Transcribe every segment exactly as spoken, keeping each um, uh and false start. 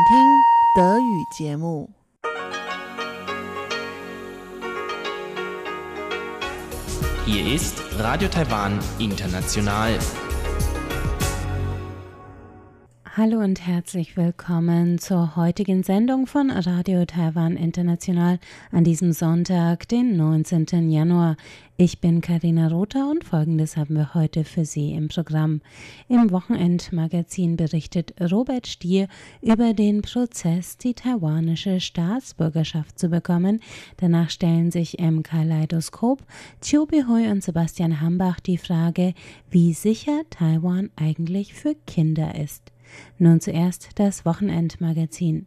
听德语节目。 Hier ist Radio Taiwan International. Hallo und herzlich willkommen zur heutigen Sendung von Radio Taiwan International an diesem Sonntag, den neunzehnten Januar. Ich bin Karina Rother und Folgendes haben wir heute für Sie im Programm. Im Wochenendmagazin berichtet Robert Stier über den Prozess, die taiwanische Staatsbürgerschaft zu bekommen. Danach stellen sich im Kaleidoskop Chiu Bihui und Sebastian Hambach die Frage, wie sicher Taiwan eigentlich für Kinder ist. Nun zuerst das Wochenendmagazin.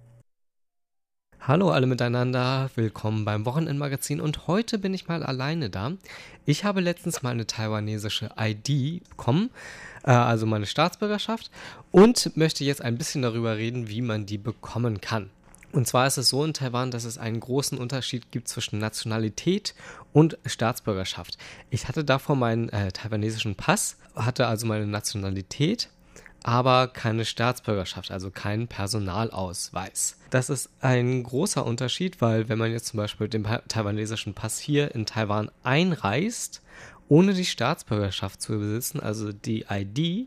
Hallo alle miteinander, willkommen beim Wochenendmagazin und heute bin ich mal alleine da. Ich habe letztens mal eine taiwanesische I D bekommen, äh, also meine Staatsbürgerschaft, und möchte jetzt ein bisschen darüber reden, wie man die bekommen kann. Und zwar ist es so in Taiwan, dass es einen großen Unterschied gibt zwischen Nationalität und Staatsbürgerschaft. Ich hatte davor meinen äh, taiwanesischen Pass, hatte also meine Nationalität, aber keine Staatsbürgerschaft, also keinen Personalausweis. Das ist ein großer Unterschied, weil wenn man jetzt zum Beispiel den taiwanesischen Pass hier in Taiwan einreist, ohne die Staatsbürgerschaft zu besitzen, also die I D,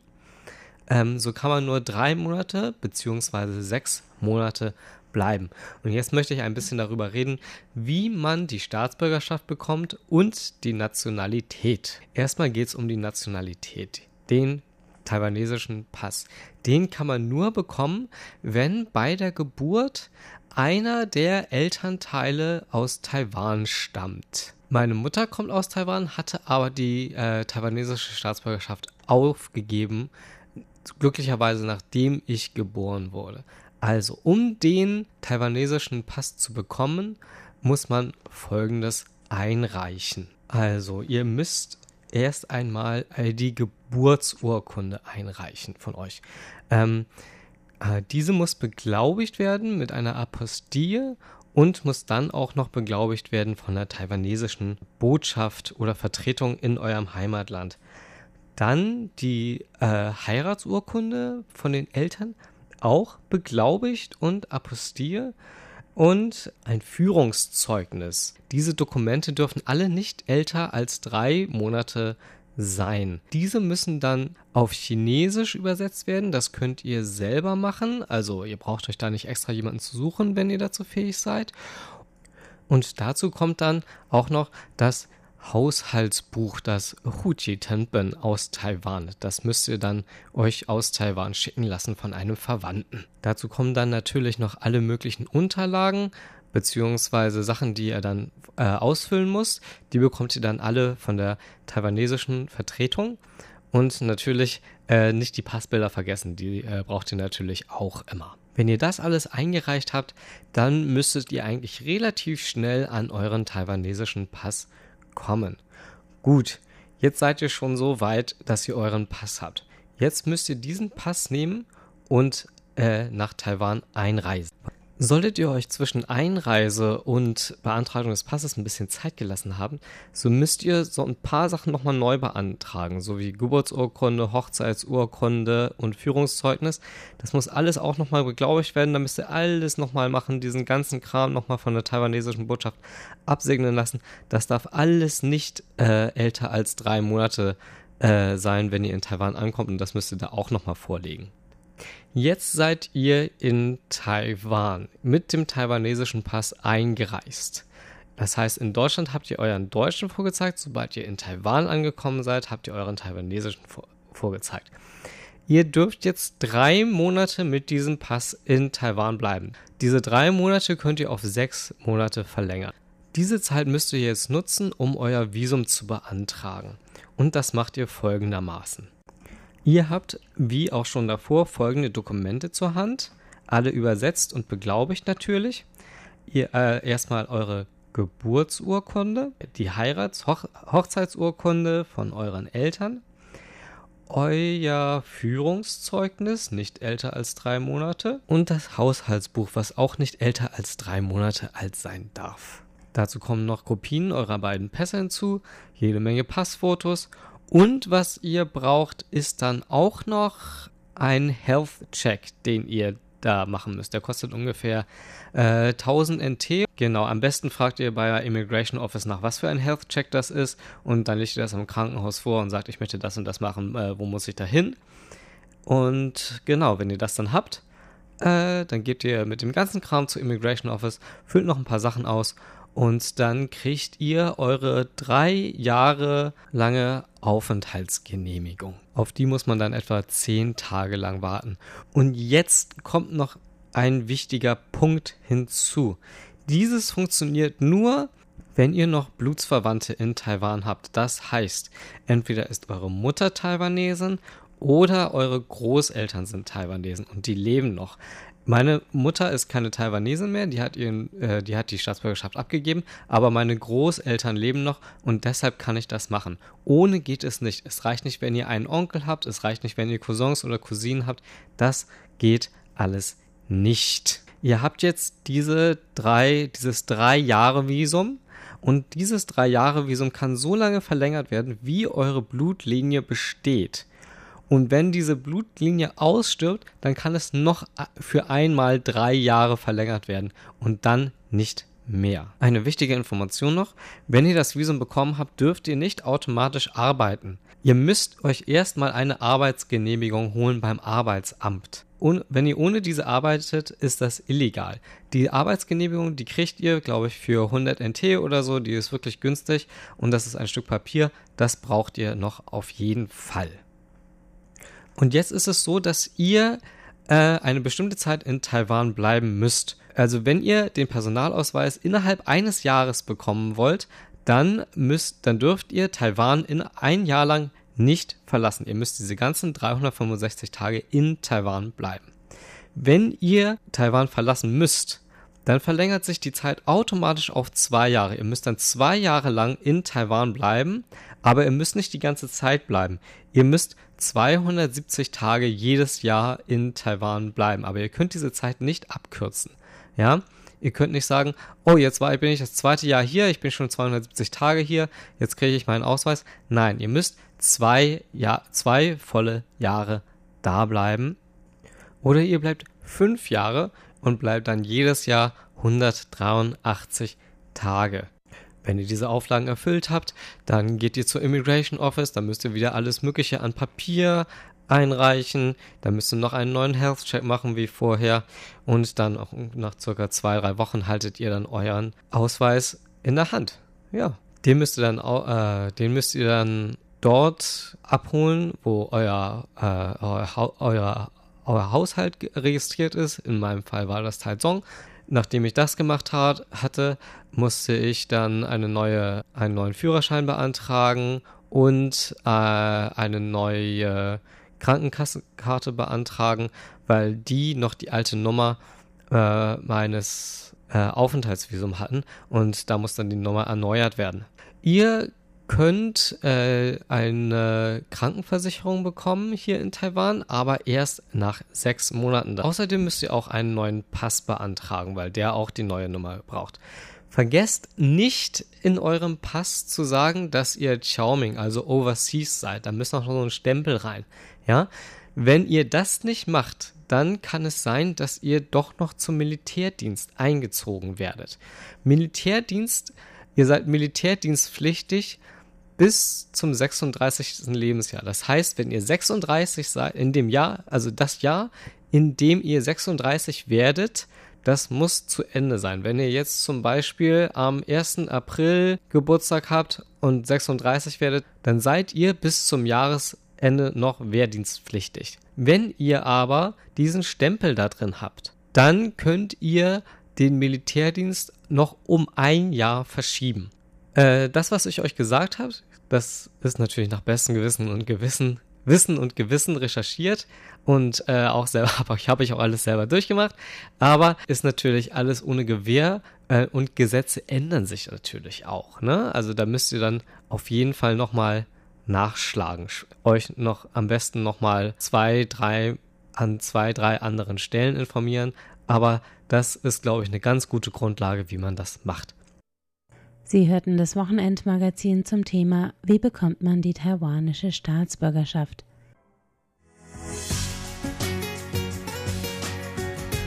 ähm, so kann man nur drei Monate bzw. sechs Monate bleiben. Und jetzt möchte ich ein bisschen darüber reden, wie man die Staatsbürgerschaft bekommt und die Nationalität. Erstmal geht es um die Nationalität, den taiwanesischen Pass. Den kann man nur bekommen, wenn bei der Geburt einer der Elternteile aus Taiwan stammt. Meine Mutter kommt aus Taiwan, hatte aber die äh, taiwanesische Staatsbürgerschaft aufgegeben, glücklicherweise nachdem ich geboren wurde. Also, um den taiwanesischen Pass zu bekommen, muss man Folgendes einreichen. Also, ihr müsst erst einmal die Geburtsurkunde einreichen von euch. Ähm, äh, diese muss beglaubigt werden mit einer Apostille und muss dann auch noch beglaubigt werden von der taiwanesischen Botschaft oder Vertretung in eurem Heimatland. Dann die äh, Heiratsurkunde von den Eltern, auch beglaubigt und Apostille. Und ein Führungszeugnis. Diese Dokumente dürfen alle nicht älter als drei Monate sein. Diese müssen dann auf Chinesisch übersetzt werden. Das könnt ihr selber machen. Also ihr braucht euch da nicht extra jemanden zu suchen, wenn ihr dazu fähig seid. Und dazu kommt dann auch noch das Haushaltsbuch, das Huji Tenpen aus Taiwan. Das müsst ihr dann euch aus Taiwan schicken lassen von einem Verwandten. Dazu kommen dann natürlich noch alle möglichen Unterlagen beziehungsweise Sachen, die ihr dann äh, ausfüllen müsst. Die bekommt ihr dann alle von der taiwanesischen Vertretung. Und natürlich äh, nicht die Passbilder vergessen, die äh, braucht ihr natürlich auch immer. Wenn ihr das alles eingereicht habt, dann müsstet ihr eigentlich relativ schnell an euren taiwanesischen Pass kommen. Gut, jetzt seid ihr schon so weit, dass ihr euren Pass habt. Jetzt müsst ihr diesen Pass nehmen und äh, nach Taiwan einreisen. Solltet ihr euch zwischen Einreise und Beantragung des Passes ein bisschen Zeit gelassen haben, so müsst ihr so ein paar Sachen nochmal neu beantragen, so wie Geburtsurkunde, Hochzeitsurkunde und Führungszeugnis. Das muss alles auch nochmal beglaubigt werden, da müsst ihr alles nochmal machen, diesen ganzen Kram nochmal von der taiwanesischen Botschaft absegnen lassen. Das darf alles nicht äh, älter als drei Monate äh, sein, wenn ihr in Taiwan ankommt, und das müsst ihr da auch nochmal vorlegen. Jetzt seid ihr in Taiwan mit dem taiwanesischen Pass eingereist. Das heißt, in Deutschland habt ihr euren deutschen vorgezeigt. Sobald ihr in Taiwan angekommen seid, habt ihr euren taiwanesischen vor- vorgezeigt. Ihr dürft jetzt drei Monate mit diesem Pass in Taiwan bleiben. Diese drei Monate könnt ihr auf sechs Monate verlängern. Diese Zeit müsst ihr jetzt nutzen, um euer Visum zu beantragen. Und das macht ihr folgendermaßen. Ihr habt, wie auch schon davor, folgende Dokumente zur Hand, alle übersetzt und beglaubigt natürlich. Ihr äh, erstmal eure Geburtsurkunde, die Heirats-, Hoch- Hochzeitsurkunde von euren Eltern, euer Führungszeugnis, nicht älter als drei Monate, und das Haushaltsbuch, was auch nicht älter als drei Monate alt sein darf. Dazu kommen noch Kopien eurer beiden Pässe hinzu, jede Menge Passfotos. Und was ihr braucht, ist dann auch noch ein Health Check, den ihr da machen müsst. Der kostet ungefähr äh, tausend N T. Genau, am besten fragt ihr bei der Immigration Office nach, was für ein Health Check das ist und dann legt ihr das im Krankenhaus vor und sagt, ich möchte das und das machen, äh, wo muss ich da hin? Und genau, wenn ihr das dann habt, äh, dann geht ihr mit dem ganzen Kram zur Immigration Office, füllt noch ein paar Sachen aus und dann kriegt ihr eure drei Jahre lange Aufenthaltsgenehmigung. Auf die muss man dann etwa zehn Tage lang warten. Und jetzt kommt noch ein wichtiger Punkt hinzu. Dieses funktioniert nur, wenn ihr noch Blutsverwandte in Taiwan habt. Das heißt, entweder ist eure Mutter Taiwanesin oder eure Großeltern sind Taiwanesen und die leben noch. Meine Mutter ist keine Taiwanesin mehr, die hat, ihren, äh, die hat die Staatsbürgerschaft abgegeben, aber meine Großeltern leben noch und deshalb kann ich das machen. Ohne geht es nicht. Es reicht nicht, wenn ihr einen Onkel habt, es reicht nicht, wenn ihr Cousins oder Cousinen habt. Das geht alles nicht. Ihr habt jetzt diese drei, dieses drei Jahre Visum und dieses drei Jahre Visum kann so lange verlängert werden, wie eure Blutlinie besteht. Und wenn diese Blutlinie ausstirbt, dann kann es noch für einmal drei Jahre verlängert werden und dann nicht mehr. Eine wichtige Information noch, wenn ihr das Visum bekommen habt, dürft ihr nicht automatisch arbeiten. Ihr müsst euch erstmal eine Arbeitsgenehmigung holen beim Arbeitsamt. Und wenn ihr ohne diese arbeitet, ist das illegal. Die Arbeitsgenehmigung, die kriegt ihr, glaube ich, für hundert N T oder so, die ist wirklich günstig und das ist ein Stück Papier, das braucht ihr noch auf jeden Fall. Und jetzt ist es so, dass ihr äh, eine bestimmte Zeit in Taiwan bleiben müsst. Also wenn ihr den Personalausweis innerhalb eines Jahres bekommen wollt, dann müsst, dann dürft ihr Taiwan in ein Jahr lang nicht verlassen. Ihr müsst diese ganzen dreihundertfünfundsechzig Tage in Taiwan bleiben. Wenn ihr Taiwan verlassen müsst, dann verlängert sich die Zeit automatisch auf zwei Jahre. Ihr müsst dann zwei Jahre lang in Taiwan bleiben, aber ihr müsst nicht die ganze Zeit bleiben. Ihr müsst zweihundertsiebzig Tage jedes Jahr in Taiwan bleiben, aber ihr könnt diese Zeit nicht abkürzen. Ja, ihr könnt nicht sagen, oh, jetzt war, bin ich das zweite Jahr hier, ich bin schon zweihundertsiebzig Tage hier, jetzt kriege ich meinen Ausweis. Nein, ihr müsst zwei, Jahr, zwei volle Jahre da bleiben. Oder ihr bleibt fünf Jahre und bleibt dann jedes Jahr hundertdreiundachtzig Tage. Wenn ihr diese Auflagen erfüllt habt, dann geht ihr zur Immigration Office, dann müsst ihr wieder alles Mögliche an Papier einreichen, dann müsst ihr noch einen neuen Health Check machen wie vorher und dann auch nach circa zwei, drei Wochen haltet ihr dann euren Ausweis in der Hand. Ja, den müsst ihr dann, äh, den müsst ihr dann dort abholen, wo euer, äh, euer, euer, euer Haushalt registriert ist. In meinem Fall war das Taichung. Nachdem ich das gemacht hat, hatte, musste ich dann eine neue, einen neuen Führerschein beantragen und äh, eine neue Krankenkassenkarte beantragen, weil die noch die alte Nummer äh, meines äh, Aufenthaltsvisums hatten und da muss dann die Nummer erneuert werden. Ihr könnt äh, eine Krankenversicherung bekommen hier in Taiwan, aber erst nach sechs Monaten. Außerdem müsst ihr auch einen neuen Pass beantragen, weil der auch die neue Nummer braucht. Vergesst nicht in eurem Pass zu sagen, dass ihr Qiaoming, also Overseas seid. Da müsst noch so ein Stempel rein. Ja? Wenn ihr das nicht macht, dann kann es sein, dass ihr doch noch zum Militärdienst eingezogen werdet. Militärdienst, ihr seid militärdienstpflichtig bis zum sechsunddreißigsten Lebensjahr. Das heißt, wenn ihr sechsunddreißig seid, in dem Jahr, also das Jahr, in dem ihr sechsunddreißig werdet, das muss zu Ende sein. Wenn ihr jetzt zum Beispiel am ersten April Geburtstag habt und sechsunddreißig werdet, dann seid ihr bis zum Jahresende noch wehrdienstpflichtig. Wenn ihr aber diesen Stempel da drin habt, dann könnt ihr den Militärdienst noch um ein Jahr verschieben. Äh, das, was ich euch gesagt habe, das ist natürlich nach bestem Gewissen und Gewissen, Wissen und Gewissen recherchiert und äh, auch selber habe ich, hab ich auch alles selber durchgemacht, aber ist natürlich alles ohne Gewähr äh, und Gesetze ändern sich natürlich auch, ne? Also da müsst ihr dann auf jeden Fall nochmal nachschlagen, euch noch am besten nochmal zwei, drei an zwei, drei anderen Stellen informieren, aber das ist, glaube ich, eine ganz gute Grundlage, wie man das macht. Sie hörten das Wochenendmagazin zum Thema Wie bekommt man die taiwanische Staatsbürgerschaft?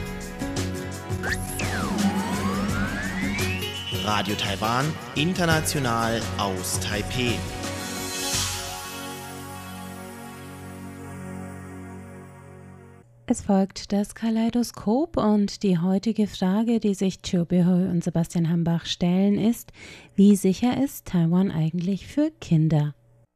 Radio Taiwan, international aus Taipeh. Es folgt das Kaleidoskop und die heutige Frage, die sich Chiu Bihui und Sebastian Hambach stellen, ist: Wie sicher ist Taiwan eigentlich für Kinder?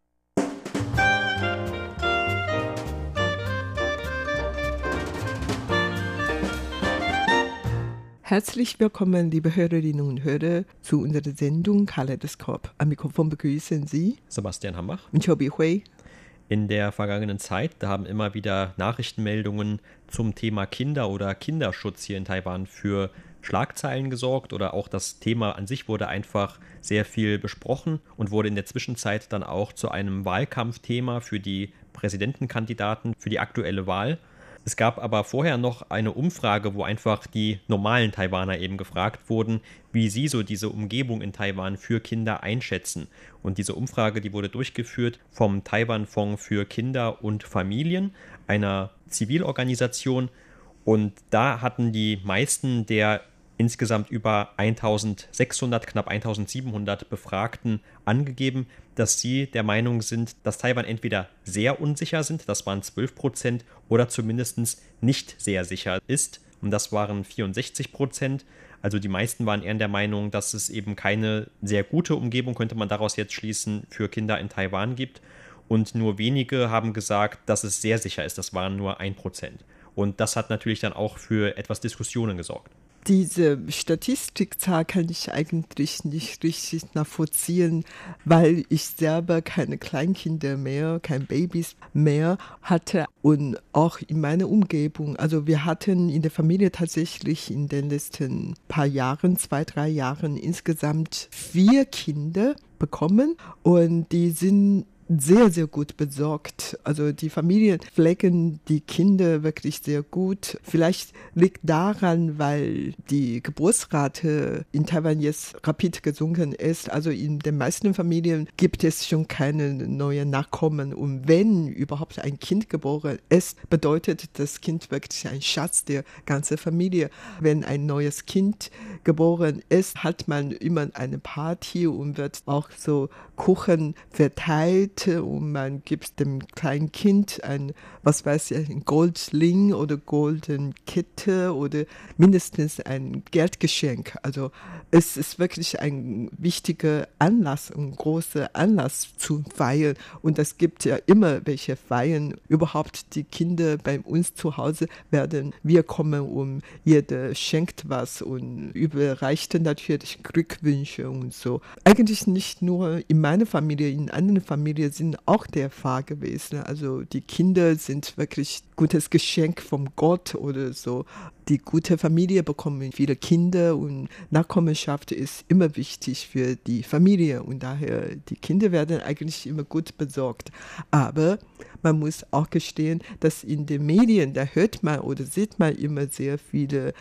Herzlich willkommen, liebe Hörerinnen und Hörer, zu unserer Sendung Kaleidoskop. Am Mikrofon begrüßen Sie Sebastian Hambach und Chiu Bihui. In der vergangenen Zeit, da haben immer wieder Nachrichtenmeldungen zum Thema Kinder oder Kinderschutz hier in Taiwan für Schlagzeilen gesorgt, oder auch das Thema an sich wurde einfach sehr viel besprochen und wurde in der Zwischenzeit dann auch zu einem Wahlkampfthema für die Präsidentenkandidaten für die aktuelle Wahl. Es gab aber vorher noch eine Umfrage, wo einfach die normalen Taiwaner eben gefragt wurden, wie sie so diese Umgebung in Taiwan für Kinder einschätzen. Und diese Umfrage, die wurde durchgeführt vom Taiwan-Fonds für Kinder und Familien, einer Zivilorganisation. Und da hatten die meisten der insgesamt über eintausendsechshundert, knapp eintausendsiebenhundert Befragten angegeben, dass sie der Meinung sind, dass Taiwan entweder sehr unsicher sind, das waren zwölf Prozent, oder zumindest nicht sehr sicher ist, und das waren vierundsechzig Prozent. Also die meisten waren eher der Meinung, dass es eben keine sehr gute Umgebung, könnte man daraus jetzt schließen, für Kinder in Taiwan gibt. Und nur wenige haben gesagt, dass es sehr sicher ist, das waren nur ein Prozent. Und das hat natürlich dann auch für etwas Diskussionen gesorgt. Diese Statistikzahl kann ich eigentlich nicht richtig nachvollziehen, weil ich selber keine Kleinkinder mehr, keine Babys mehr hatte und auch in meiner Umgebung. Also wir hatten in der Familie tatsächlich in den letzten paar Jahren, zwei, drei Jahren insgesamt vier Kinder bekommen und die sind sehr, sehr gut besorgt. Also die Familien pflegen die Kinder wirklich sehr gut. Vielleicht liegt daran, weil die Geburtsrate in Taiwan jetzt rapid gesunken ist. Also in den meisten Familien gibt es schon keine neuen Nachkommen. Und wenn überhaupt ein Kind geboren ist, bedeutet das Kind wirklich ein Schatz der ganzen Familie. Wenn ein neues Kind geboren ist, hat man immer eine Party und wird auch so Kuchen verteilt. Und man gibt dem kleinen Kind ein, was weiß ich, ein Goldring oder Golden Kette oder mindestens ein Geldgeschenk. Also es ist wirklich ein wichtiger Anlass, ein großer Anlass zu feiern. Und es gibt ja immer welche Feiern. Überhaupt die Kinder bei uns zu Hause werden wir kommen und jeder schenkt was und überreicht natürlich Glückwünsche und so. Eigentlich nicht nur in meiner Familie, in anderen Familien sind auch der Fall gewesen. Also die Kinder sind wirklich gutes Geschenk vom Gott oder so. Die gute Familie bekommen viele Kinder und Nachkommenschaft ist immer wichtig für die Familie und daher die Kinder werden eigentlich immer gut besorgt. Aber man muss auch gestehen, dass in den Medien, da hört man oder sieht man immer sehr viele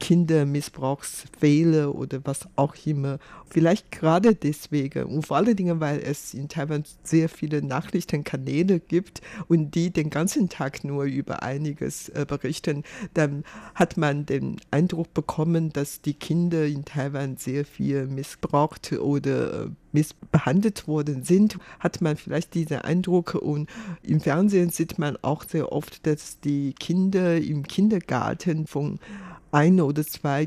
Kindermissbrauchsfälle oder was auch immer. Vielleicht gerade deswegen und vor allen Dingen, weil es in Taiwan sehr viele Nachrichtenkanäle gibt und die den ganzen Tag nur über einiges äh, berichten, dann hat man den Eindruck bekommen, dass die Kinder in Taiwan sehr viel missbraucht oder äh, missbehandelt worden sind, hat man vielleicht diesen Eindruck. Und im Fernsehen sieht man auch sehr oft, dass die Kinder im Kindergarten von ein oder zwei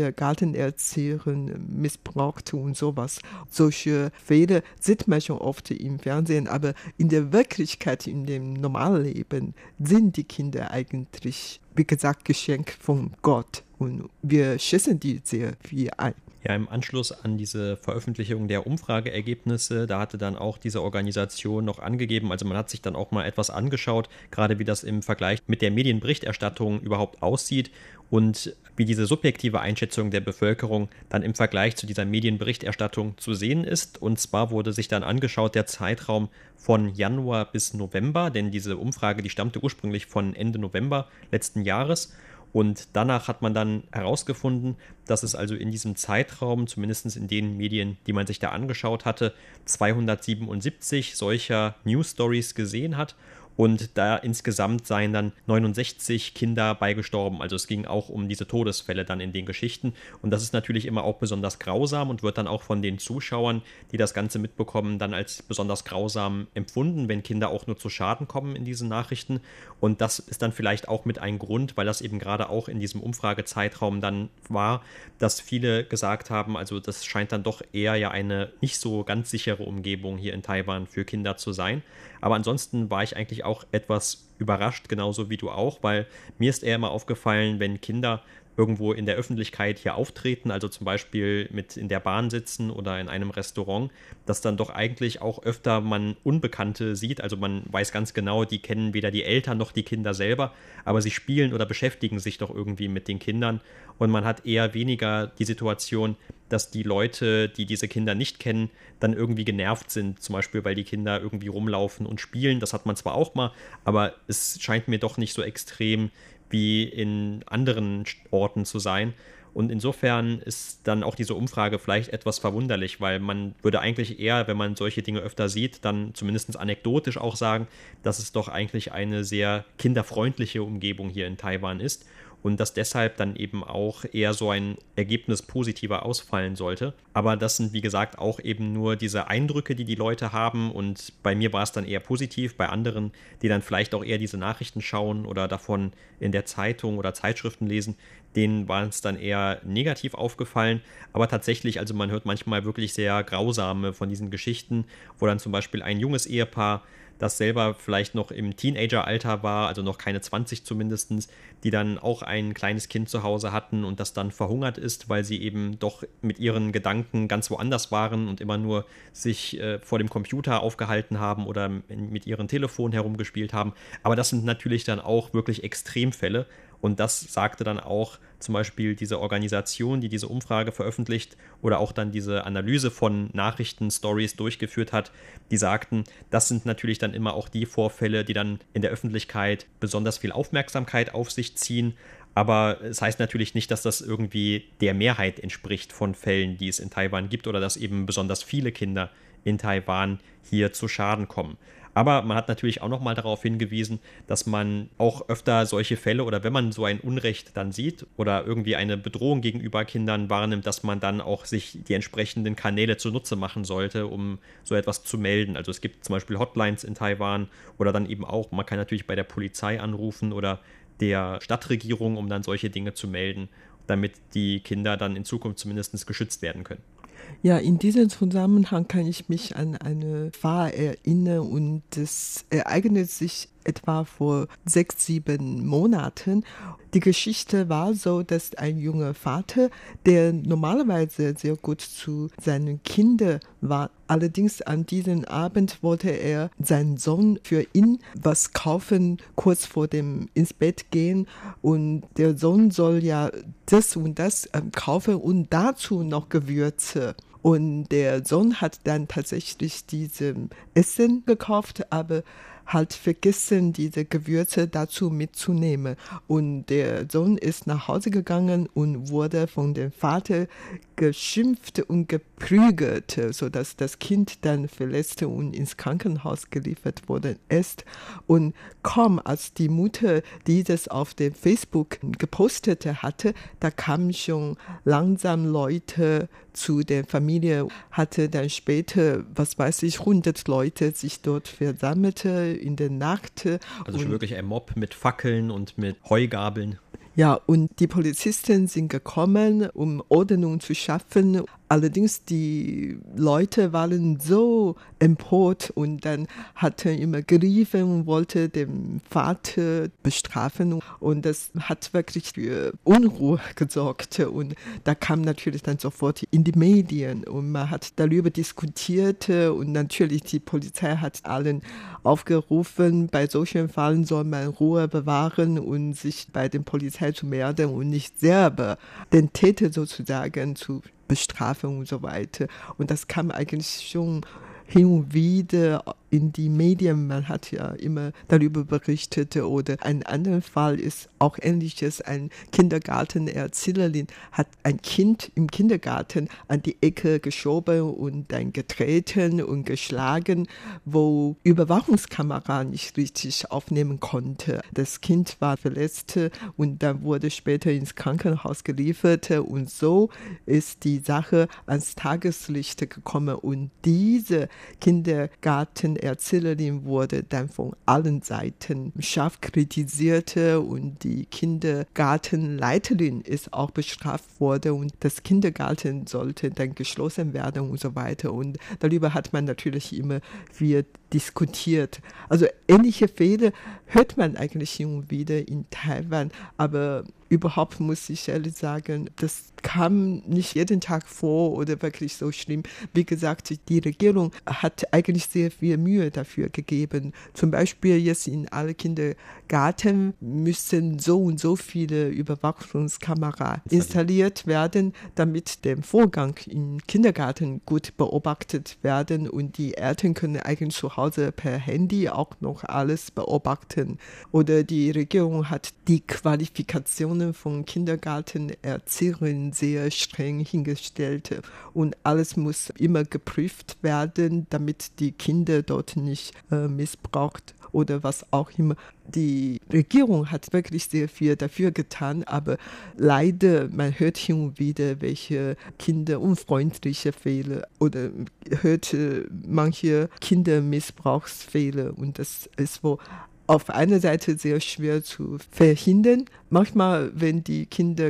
Kindergartenerzieherinnen missbraucht und sowas. Solche Fälle sieht man schon oft im Fernsehen, aber in der Wirklichkeit, in dem Normalleben, sind die Kinder eigentlich, wie gesagt, Geschenk von Gott. Und wir schätzen die sehr viel ein. Ja, im Anschluss an diese Veröffentlichung der Umfrageergebnisse, da hatte dann auch diese Organisation noch angegeben, also man hat sich dann auch mal etwas angeschaut, gerade wie das im Vergleich mit der Medienberichterstattung überhaupt aussieht und wie diese subjektive Einschätzung der Bevölkerung dann im Vergleich zu dieser Medienberichterstattung zu sehen ist. Und zwar wurde sich dann angeschaut der Zeitraum von Januar bis November, denn diese Umfrage, die stammte ursprünglich von Ende November letzten Jahres. Und danach hat man dann herausgefunden, dass es also in diesem Zeitraum, zumindest in den Medien, die man sich da angeschaut hatte, zweihundertsiebenundsiebzig solcher News Stories gesehen hat. Und da insgesamt seien dann neunundsechzig Kinder beigestorben. Also es ging auch um diese Todesfälle dann in den Geschichten. Und das ist natürlich immer auch besonders grausam und wird dann auch von den Zuschauern, die das Ganze mitbekommen, dann als besonders grausam empfunden, wenn Kinder auch nur zu Schaden kommen in diesen Nachrichten. Und das ist dann vielleicht auch mit ein Grund, weil das eben gerade auch in diesem Umfragezeitraum dann war, dass viele gesagt haben, also das scheint dann doch eher ja eine nicht so ganz sichere Umgebung hier in Taiwan für Kinder zu sein. Aber ansonsten war ich eigentlich auch etwas überrascht, genauso wie du auch, weil mir ist eher immer aufgefallen, wenn Kinder irgendwo in der Öffentlichkeit hier auftreten, also zum Beispiel mit in der Bahn sitzen oder in einem Restaurant, dass dann doch eigentlich auch öfter man Unbekannte sieht, also man weiß ganz genau, die kennen weder die Eltern noch die Kinder selber, aber sie spielen oder beschäftigen sich doch irgendwie mit den Kindern und man hat eher weniger die Situation, dass die Leute, die diese Kinder nicht kennen, dann irgendwie genervt sind, zum Beispiel, weil die Kinder irgendwie rumlaufen und spielen, das hat man zwar auch mal, aber es scheint mir doch nicht so extrem wie in anderen Orten zu sein. Und insofern ist dann auch diese Umfrage vielleicht etwas verwunderlich, weil man würde eigentlich eher, wenn man solche Dinge öfter sieht, dann zumindest anekdotisch auch sagen, dass es doch eigentlich eine sehr kinderfreundliche Umgebung hier in Taiwan ist und dass deshalb dann eben auch eher so ein Ergebnis positiver ausfallen sollte. Aber das sind, wie gesagt, auch eben nur diese Eindrücke, die die Leute haben und bei mir war es dann eher positiv, bei anderen, die dann vielleicht auch eher diese Nachrichten schauen oder davon in der Zeitung oder Zeitschriften lesen, denen war es dann eher negativ aufgefallen. Aber tatsächlich, also man hört manchmal wirklich sehr grausame von diesen Geschichten, wo dann zum Beispiel ein junges Ehepaar, das selber vielleicht noch im Teenageralter war, also noch keine zwanzig zumindest, die dann auch ein kleines Kind zu Hause hatten und das dann verhungert ist, weil sie eben doch mit ihren Gedanken ganz woanders waren und immer nur sich äh, vor dem Computer aufgehalten haben oder mit ihren Telefonen herumgespielt haben. Aber das sind natürlich dann auch wirklich Extremfälle. Und das sagte dann auch zum Beispiel diese Organisation, die diese Umfrage veröffentlicht oder auch dann diese Analyse von Nachrichten-Stories durchgeführt hat, die sagten, das sind natürlich dann immer auch die Vorfälle, die dann in der Öffentlichkeit besonders viel Aufmerksamkeit auf sich ziehen. Aber es heißt natürlich nicht, dass das irgendwie der Mehrheit entspricht von Fällen, die es in Taiwan gibt oder dass eben besonders viele Kinder in Taiwan hier zu Schaden kommen. Aber man hat natürlich auch nochmal darauf hingewiesen, dass man auch öfter solche Fälle oder wenn man so ein Unrecht dann sieht oder irgendwie eine Bedrohung gegenüber Kindern wahrnimmt, dass man dann auch sich die entsprechenden Kanäle zunutze machen sollte, um so etwas zu melden. Also es gibt zum Beispiel Hotlines in Taiwan oder dann eben auch, man kann natürlich bei der Polizei anrufen oder der Stadtregierung, um dann solche Dinge zu melden, damit die Kinder dann in Zukunft zumindest geschützt werden können. Ja, in diesem Zusammenhang kann ich mich an eine Fall erinnern und das ereignet sich etwa vor sechs, sieben Monaten. Die Geschichte war so, dass ein junger Vater, der normalerweise sehr gut zu seinen Kindern war, allerdings an diesem Abend wollte er seinen Sohn für ihn was kaufen, kurz vor dem ins Bett gehen und der Sohn soll ja das und das kaufen und dazu noch Gewürze. Und der Sohn hat dann tatsächlich dieses Essen gekauft, aber halt vergessen, diese Gewürze dazu mitzunehmen. Und der Sohn ist nach Hause gegangen und wurde von dem Vater geschimpft und geprügelt, sodass das Kind dann verletzt und ins Krankenhaus geliefert worden ist. Und kaum als die Mutter dieses auf dem Facebook gepostet hatte, da kamen schon langsam Leute zu der Familie, hatte dann später, was weiß ich, hundert Leute sich dort versammelte in der Nacht. Also schon wirklich ein Mob mit Fackeln und mit Heugabeln. Ja, und die Polizisten sind gekommen, um Ordnung zu schaffen. Allerdings die Leute waren so empört und dann hat er immer gerufen und wollte den Vater bestrafen. Und das hat wirklich für Unruhe gesorgt. Und da kam natürlich dann sofort in die Medien und man hat darüber diskutiert. Und natürlich die Polizei hat allen aufgerufen, bei solchen Fällen soll man Ruhe bewahren und sich bei der Polizei zu melden und nicht selber den Täter sozusagen zu bestrafen und so weiter. Und das kam eigentlich schon hin und wieder in die Medien, man hat ja immer darüber berichtet, oder ein anderer Fall ist auch ähnliches, ein Kindergartenerzählerin hat ein Kind im Kindergarten an die Ecke geschoben und dann getreten und geschlagen, wo Überwachungskamera nicht richtig aufnehmen konnte. Das Kind war verletzt und dann wurde später ins Krankenhaus geliefert und so ist die Sache ans Tageslicht gekommen und diese Kindergartenerzählerin wurde dann von allen Seiten scharf kritisiert und die Kindergartenleiterin ist auch bestraft worden und das Kindergarten sollte dann geschlossen werden und so weiter und darüber hat man natürlich immer viel diskutiert. Also ähnliche Fälle hört man eigentlich hin und wieder in Taiwan, aber überhaupt muss ich ehrlich sagen, das kam nicht jeden Tag vor oder wirklich so schlimm. Wie gesagt, die Regierung hat eigentlich sehr viel Mühe dafür gegeben. Zum Beispiel jetzt in alle Kindergärten müssen so und so viele Überwachungskameras installiert werden, damit der Vorgang im Kindergarten gut beobachtet werden und die Eltern können eigentlich zu Hause per Handy auch noch alles beobachten. Oder die Regierung hat die Qualifikationen von Kindergartenerzieherinnen sehr streng hingestellt und alles muss immer geprüft werden, damit die Kinder dort nicht äh, missbraucht oder was auch immer. Die Regierung hat wirklich sehr viel dafür getan, aber leider, man hört hin und wieder, welche kinderunfreundliche Fälle oder hört manche Kindermissbrauchsfälle und das ist wohl auf einer Seite sehr schwer zu verhindern. Manchmal, wenn die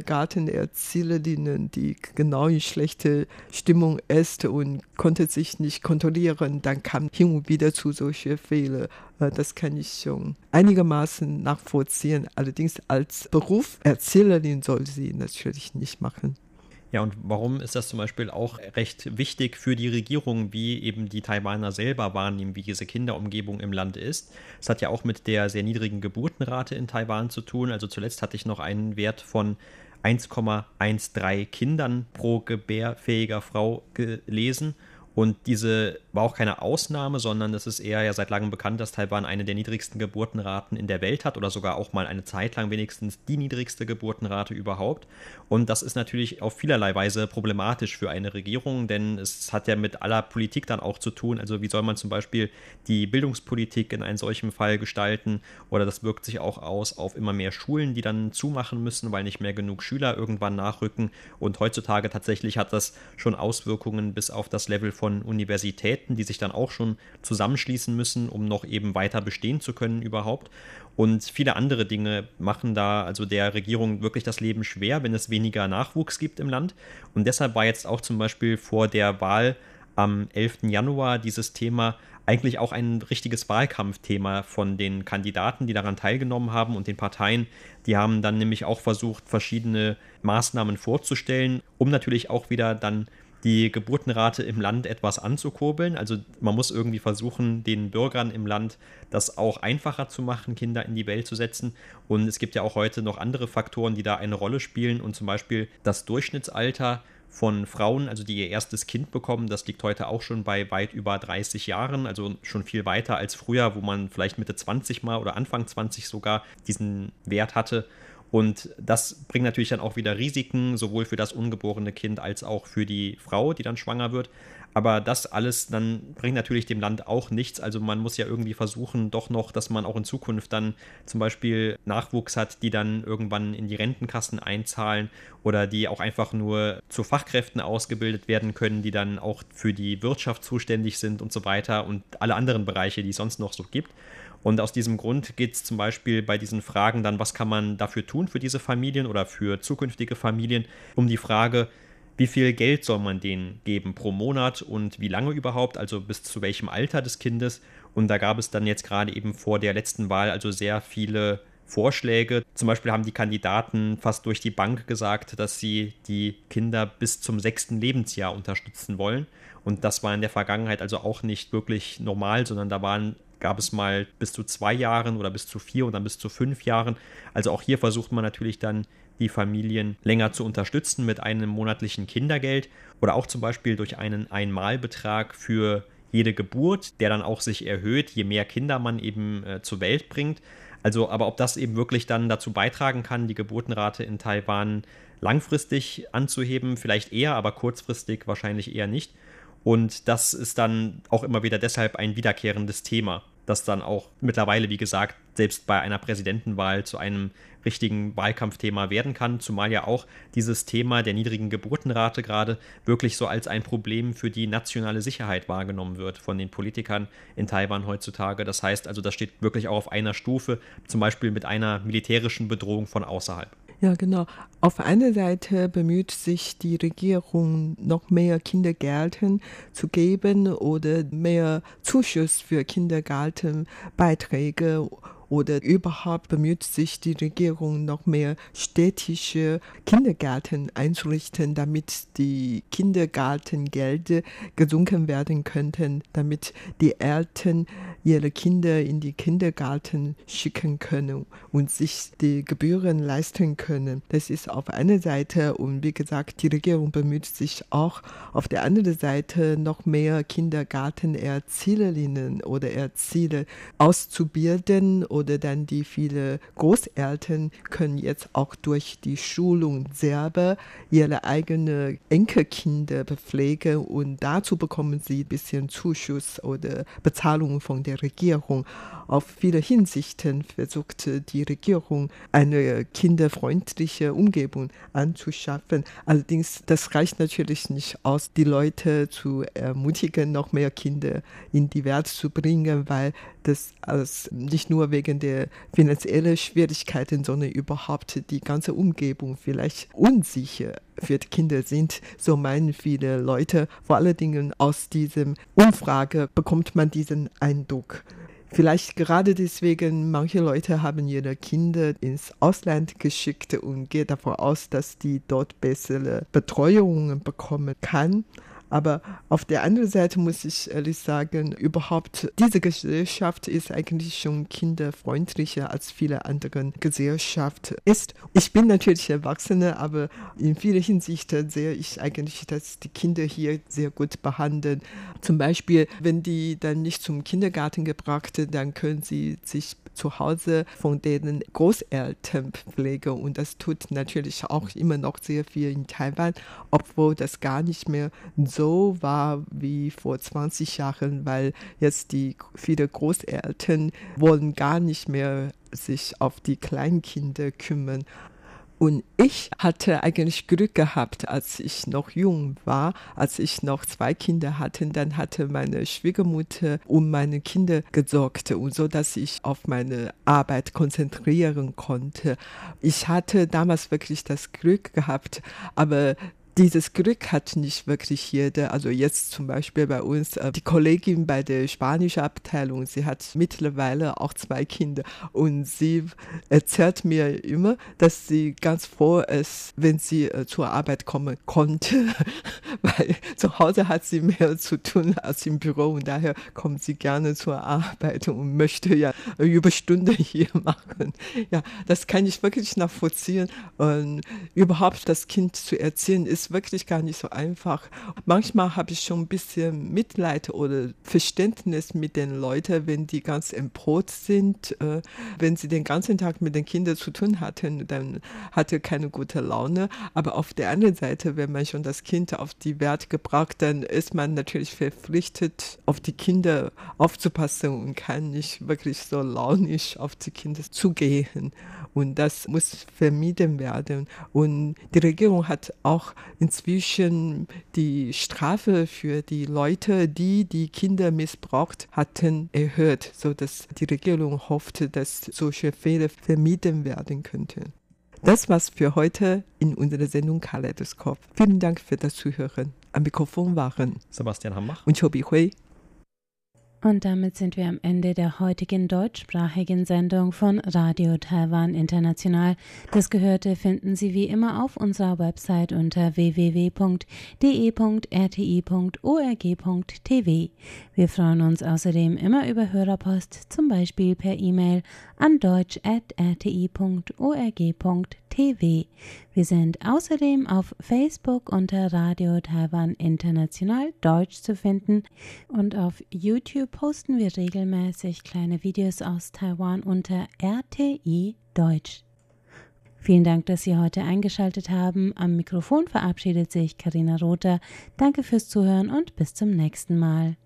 Kindergartenerzählerinnen, die genau in schlechter Stimmung ist und konnte sich nicht kontrollieren, dann kam hin und wieder zu solchen Fällen. Das kann ich schon einigermaßen nachvollziehen. Allerdings als Beruf Erzählerin soll sie natürlich nicht machen. Ja, und warum ist das zum Beispiel auch recht wichtig für die Regierung, wie eben die Taiwaner selber wahrnehmen, wie diese Kinderumgebung im Land ist? Es hat ja auch mit der sehr niedrigen Geburtenrate in Taiwan zu tun. Also zuletzt hatte ich noch einen Wert von eins Komma dreizehn Kindern pro gebärfähiger Frau gelesen. Und diese war auch keine Ausnahme, sondern es ist eher ja seit langem bekannt, dass Taiwan eine der niedrigsten Geburtenraten in der Welt hat oder sogar auch mal eine Zeit lang wenigstens die niedrigste Geburtenrate überhaupt. Und das ist natürlich auf vielerlei Weise problematisch für eine Regierung, denn es hat ja mit aller Politik dann auch zu tun. Also wie soll man zum Beispiel die Bildungspolitik in einem solchen Fall gestalten, oder das wirkt sich auch aus auf immer mehr Schulen, die dann zumachen müssen, weil nicht mehr genug Schüler irgendwann nachrücken. Und heutzutage tatsächlich hat das schon Auswirkungen bis auf das Level von von Universitäten, die sich dann auch schon zusammenschließen müssen, um noch eben weiter bestehen zu können überhaupt. Und viele andere Dinge machen da also der Regierung wirklich das Leben schwer, wenn es weniger Nachwuchs gibt im Land. Und deshalb war jetzt auch zum Beispiel vor der Wahl am elften Januar dieses Thema eigentlich auch ein richtiges Wahlkampfthema von den Kandidaten, die daran teilgenommen haben, und den Parteien. Die haben dann nämlich auch versucht, verschiedene Maßnahmen vorzustellen, um natürlich auch wieder dann die Geburtenrate im Land etwas anzukurbeln. Also man muss irgendwie versuchen, den Bürgern im Land das auch einfacher zu machen, Kinder in die Welt zu setzen. Und es gibt ja auch heute noch andere Faktoren, die da eine Rolle spielen. Und zum Beispiel das Durchschnittsalter von Frauen, also die ihr erstes Kind bekommen, das liegt heute auch schon bei weit über dreißig Jahren, also schon viel weiter als früher, wo man vielleicht Mitte zwanzig mal oder Anfang zwanzig sogar diesen Wert hatte. Und das bringt natürlich dann auch wieder Risiken, sowohl für das ungeborene Kind als auch für die Frau, die dann schwanger wird. Aber das alles dann bringt natürlich dem Land auch nichts. Also man muss ja irgendwie versuchen, doch noch, dass man auch in Zukunft dann zum Beispiel Nachwuchs hat, die dann irgendwann in die Rentenkassen einzahlen oder die auch einfach nur zu Fachkräften ausgebildet werden können, die dann auch für die Wirtschaft zuständig sind und so weiter und alle anderen Bereiche, die es sonst noch so gibt. Und aus diesem Grund geht es zum Beispiel bei diesen Fragen dann, was kann man dafür tun für diese Familien oder für zukünftige Familien, um die Frage, wie viel Geld soll man denen geben pro Monat und wie lange überhaupt, also bis zu welchem Alter des Kindes. Und da gab es dann jetzt gerade eben vor der letzten Wahl also sehr viele Vorschläge. Zum Beispiel haben die Kandidaten fast durch die Bank gesagt, dass sie die Kinder bis zum sechsten Lebensjahr unterstützen wollen. Und das war in der Vergangenheit also auch nicht wirklich normal, sondern da waren gab es mal bis zu zwei Jahren oder bis zu vier und dann bis zu fünf Jahren. Also auch hier versucht man natürlich dann, die Familien länger zu unterstützen mit einem monatlichen Kindergeld oder auch zum Beispiel durch einen Einmalbetrag für jede Geburt, der dann auch sich erhöht, je mehr Kinder man eben äh, zur Welt bringt. Also, aber ob das eben wirklich dann dazu beitragen kann, die Geburtenrate in Taiwan langfristig anzuheben, vielleicht eher, aber kurzfristig wahrscheinlich eher nicht. Und das ist dann auch immer wieder deshalb ein wiederkehrendes Thema, das dann auch mittlerweile, wie gesagt, selbst bei einer Präsidentenwahl zu einem richtigen Wahlkampfthema werden kann, zumal ja auch dieses Thema der niedrigen Geburtenrate gerade wirklich so als ein Problem für die nationale Sicherheit wahrgenommen wird von den Politikern in Taiwan heutzutage. Das heißt also, das steht wirklich auch auf einer Stufe, zum Beispiel mit einer militärischen Bedrohung von außerhalb. Ja, genau. Auf einer Seite bemüht sich die Regierung, noch mehr Kindergärten zu geben oder mehr Zuschuss für Kindergartenbeiträge. Oder überhaupt bemüht sich die Regierung, noch mehr städtische Kindergärten einzurichten, damit die Kindergartengelder gesunken werden könnten, damit die Eltern ihre Kinder in die Kindergarten schicken können und sich die Gebühren leisten können. Das ist auf einer Seite und wie gesagt, die Regierung bemüht sich auch auf der anderen Seite noch mehr Kindergartenerziehlerinnen oder Erzieher auszubilden oder dann die viele Großeltern können jetzt auch durch die Schulung selber ihre eigenen Enkelkinder bepflegen und dazu bekommen sie ein bisschen Zuschuss oder Bezahlung von der Regierung. Auf viele Hinsichten versucht die Regierung eine kinderfreundliche Umgebung anzuschaffen. Allerdings, das reicht natürlich nicht aus, die Leute zu ermutigen, noch mehr Kinder in die Welt zu bringen, weil das alles nicht nur wegen der finanziellen Schwierigkeiten, sondern überhaupt die ganze Umgebung vielleicht unsicher für die Kinder sind. So meinen viele Leute. Vor allen Dingen aus dieser Umfrage bekommt man diesen Eindruck. Vielleicht gerade deswegen, manche Leute haben ihre Kinder ins Ausland geschickt und gehen davon aus, dass die dort bessere Betreuungen bekommen kann. Aber auf der anderen Seite muss ich ehrlich sagen, überhaupt diese Gesellschaft ist eigentlich schon kinderfreundlicher als viele andere Gesellschaften ist. Ich bin natürlich Erwachsene, aber in vielen Hinsichten sehe ich eigentlich, dass die Kinder hier sehr gut behandeln. Zum Beispiel, wenn die dann nicht zum Kindergarten gebracht werden, dann können sie sich zu Hause von denen Großeltern pflegen und das tut natürlich auch immer noch sehr viel in Taiwan, obwohl das gar nicht mehr so war wie vor zwanzig Jahren, weil jetzt die viele Großeltern wollen gar nicht mehr sich auf die Kleinkinder kümmern. Und ich hatte eigentlich Glück gehabt, als ich noch jung war, als ich noch zwei Kinder hatte, dann hatte meine Schwiegermutter um meine Kinder gesorgt und so, dass ich auf meine Arbeit konzentrieren konnte. Ich hatte damals wirklich das Glück gehabt, aber dieses Glück hat nicht wirklich jeder. Also jetzt zum Beispiel bei uns, die Kollegin bei der spanischen Abteilung, sie hat mittlerweile auch zwei Kinder und sie erzählt mir immer, dass sie ganz froh ist, wenn sie zur Arbeit kommen konnte, weil zu Hause hat sie mehr zu tun als im Büro und daher kommt sie gerne zur Arbeit und möchte ja Überstunden hier machen. Ja, das kann ich wirklich nachvollziehen. Und überhaupt das Kind zu erziehen ist wirklich gar nicht so einfach. Manchmal habe ich schon ein bisschen Mitleid oder Verständnis mit den Leuten, wenn die ganz empört sind, äh, wenn sie den ganzen Tag mit den Kindern zu tun hatten, dann hatte keine gute Laune. Aber auf der anderen Seite, wenn man schon das Kind auf die Welt gebracht, dann ist man natürlich verpflichtet, auf die Kinder aufzupassen und kann nicht wirklich so launisch auf die Kinder zugehen. Und das muss vermieden werden. Und die Regierung hat auch inzwischen die Strafe für die Leute, die die Kinder missbraucht hatten, erhöht, sodass die Regierung hoffte, dass solche Fälle vermieden werden könnten. Das war's für heute in unserer Sendung Kaleidoskop. Vielen Dank für das Zuhören. Am Mikrofon waren Sebastian Hambach und Chobi Hui. Und damit sind wir am Ende der heutigen deutschsprachigen Sendung von Radio Taiwan International. Das Gehörte finden Sie wie immer auf unserer Website unter w w w punkt d e punkt r t i punkt org punkt t v. Wir freuen uns außerdem immer über Hörerpost, zum Beispiel per E-Mail an deutsch at r t i punkt org punkt t v. T V. Wir sind außerdem auf Facebook unter Radio Taiwan International Deutsch zu finden und auf YouTube posten wir regelmäßig kleine Videos aus Taiwan unter R T I Deutsch. Vielen Dank, dass Sie heute eingeschaltet haben. Am Mikrofon verabschiedet sich Carina Rother. Danke fürs Zuhören und bis zum nächsten Mal.